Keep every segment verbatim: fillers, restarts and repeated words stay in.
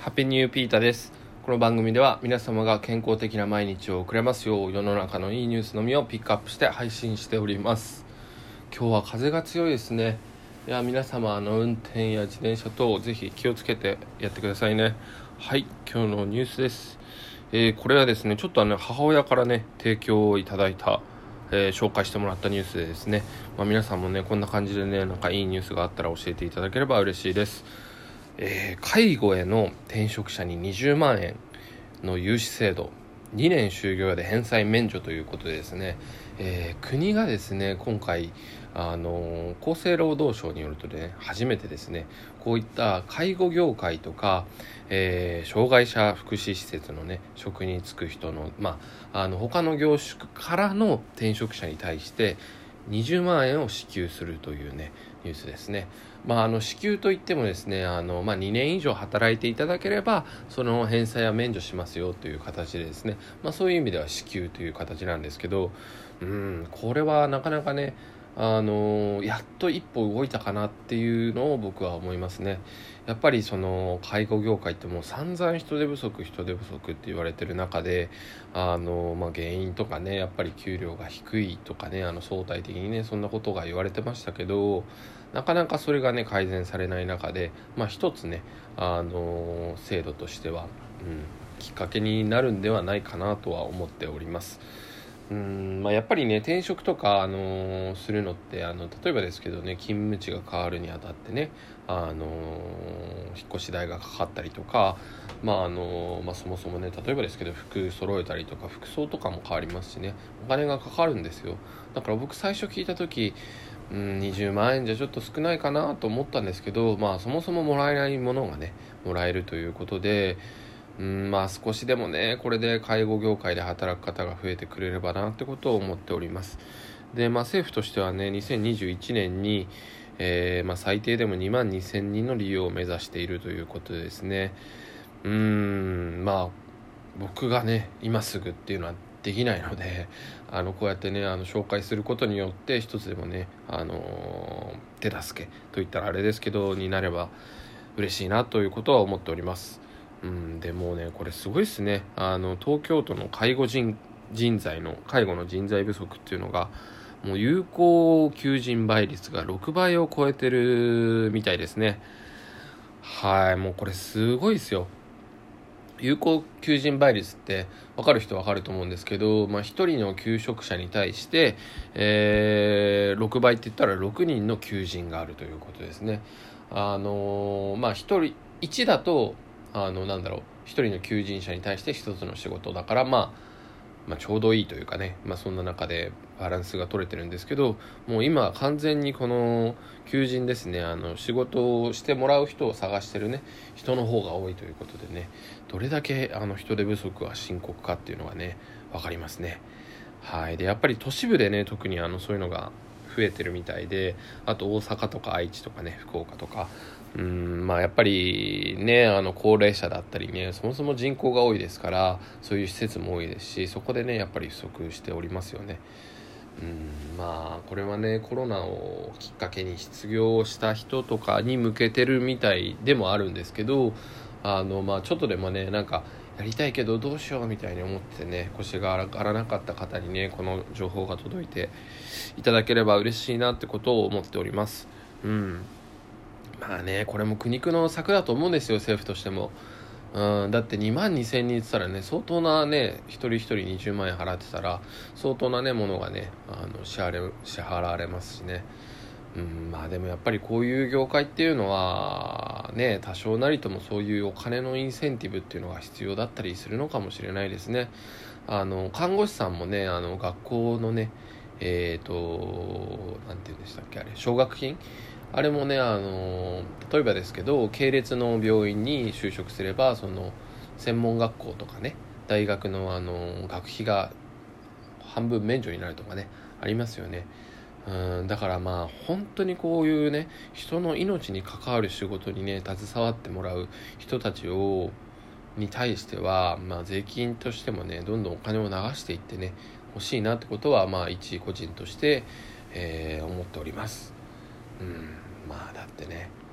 ハッピーニューピータです。この番組では皆様が健康的な毎日を送れますよう、世の中のいいニュースのみをピックアップして配信しております。今日は風が強いですね。いや皆様あの運転や自転車等ぜひ気をつけてやってくださいね。はい、今日のニュースです。えー、これはですねちょっとあの母親からね提供いただいた、えー、紹介してもらったニュースでですね、まあ、皆さんもねこんな感じでねなんかいいニュースがあったら教えていただければ嬉しいです。えー、介護への転職者ににじゅうまんえんの融資制度、にねん就業で返済免除ということでですね、えー、国がですね今回あの厚生労働省によるとね初めてですねこういった介護業界とか、えー、障害者福祉施設のね職に就く人のまああの他の業種からの転職者に対してにじゅうまんえんを支給するというねニュースですね。まあ、あの支給といってもですねあの、まあ、にねん以上働いていただければその返済は免除しますよという形でですね、まあ、そういう意味では支給という形なんですけど、うんこれはなかなかねあのやっと一歩動いたかなっていうのを僕は思いますね。やっぱりその介護業界ってもう散々人手不足人手不足って言われてる中であの、まあ、原因とかねやっぱり給料が低いとかねあの相対的にねそんなことが言われてましたけど、なかなかそれがね改善されない中で、まあ、一つねあの制度としては、うん、きっかけになるんではないかなとは思っております。うんまあ、やっぱりね転職とか、あのーするのってあの例えばですけどね勤務地が変わるにあたってね、あのー引っ越し代がかかったりとか、まああのーまあ、そもそもね例えばですけど服揃えたりとか服装とかも変わりますしねお金がかかるんですよ。だから僕最初聞いた時うんにじゅうまんえんじゃちょっと少ないかなと思ったんですけど、まあそもそももらえないものがねもらえるということで、うんまあ少しでもねこれで介護業界で働く方が増えてくれればなってことを思っております。で、まあ、政府としてはねにせんにじゅういちねんに、えーまあ、最低でもにまんにせんにんの利用を目指しているということでですね、うーんまあ僕がね今すぐっていうのはできないので、あのこうやってねあの紹介することによって一つでもね、あのー手助けといったらあれですけどになれば嬉しいなということは思っております。うん、でもねこれすごいですね。あの東京都の介護人人材の介護の人材不足っていうのがもう有効求人倍率がろくばいを超えてるみたいですね。はいもうこれすごいですよ。有効求人倍率って分かる人は分かると思うんですけど、まあ、ひとりの求職者に対して、えー、ろくばいって言ったらろくにんの求人があるということですね。あのー、まあひとりいちだとあのなんだろうひとりの求人者に対してひとつの仕事だからまあまあ、ちょうどいいというかね、まあ、そんな中でバランスが取れてるんですけど、もう今完全にこの求人ですねあの仕事をしてもらう人を探してるね人の方が多いということでね、どれだけあの人手不足は深刻かっていうのがね分かりますね。はいでやっぱり都市部でね特にあのそういうのが増えてるみたいで、あと大阪とか愛知とかね福岡とか、うんまあやっぱりねあの高齢者だったりねそもそも人口が多いですからそういう施設も多いですし、そこでねやっぱり不足しておりますよね。うんまあこれはねコロナをきっかけに失業をした人とかに向けてるみたいでもあるんですけど、あのまあちょっとでもねなんかやりたいけどどうしようみたいに思ってね腰が上がらなかった方にねこの情報が届いていただければ嬉しいなってことを思っております。うんまあねこれも苦肉の策だと思うんですよ政府としても。うんだってにまんにせんにんって言ったらね相当なね一人一人にじゅうまんえん払ってたら相当なねものがねあの支払れ支払われますしね。うんまあでもやっぱりこういう業界っていうのはね多少なりともそういうお金のインセンティブっていうのが必要だったりするのかもしれないですね。あの看護師さんもねあの学校のねえっ、ー、となんて言うんでしたっけあれ奨学金あれもねあの例えばですけど系列の病院に就職すればその専門学校とかね大学のあの学費が半分免除になるとかねありますよね。うんだからまあ本当にこういうね人の命に関わる仕事にね携わってもらう人たちをに対しては、まあ、税金としてもねどんどんお金を流していってね欲しいなってことはまあ一個人として、えー思っております。うんまあだってね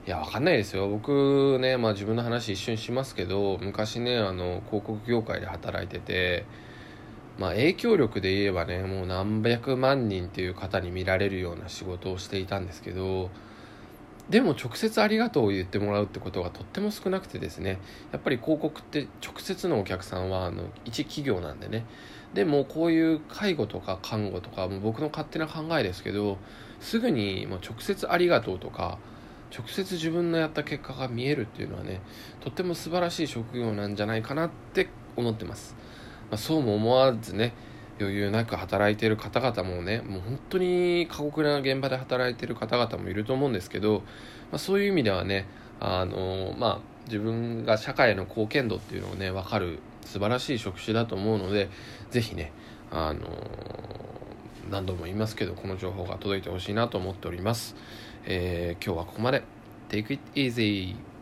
いや、わかんないですよ。僕ね、まあ自分の話一瞬しますけど、昔ね、あの、広告業界で働いてて、まあ影響力で言えばね、もう何百万人っていう方に見られるような仕事をしていたんですけど、でも直接ありがとうを言ってもらうってことがとっても少なくてですね、やっぱり広告って直接のお客さんはあの一企業なんでね。でもこういう介護とか看護とか、もう僕の勝手な考えですけど、すぐにもう直接ありがとうとか、直接自分のやった結果が見えるっていうのはね、とっても素晴らしい職業なんじゃないかなって思ってます。まあ、そうも思わずね、余裕なく働いている方々もね、もう本当に過酷な現場で働いている方々もいると思うんですけど、まあ、そういう意味ではね、あのまあ自分が社会への貢献度っていうのをね分かる素晴らしい職種だと思うので、ぜひね、あの何度も言いますけど、この情報が届いてほしいなと思っております。えー今日はここまで。 Take it easy.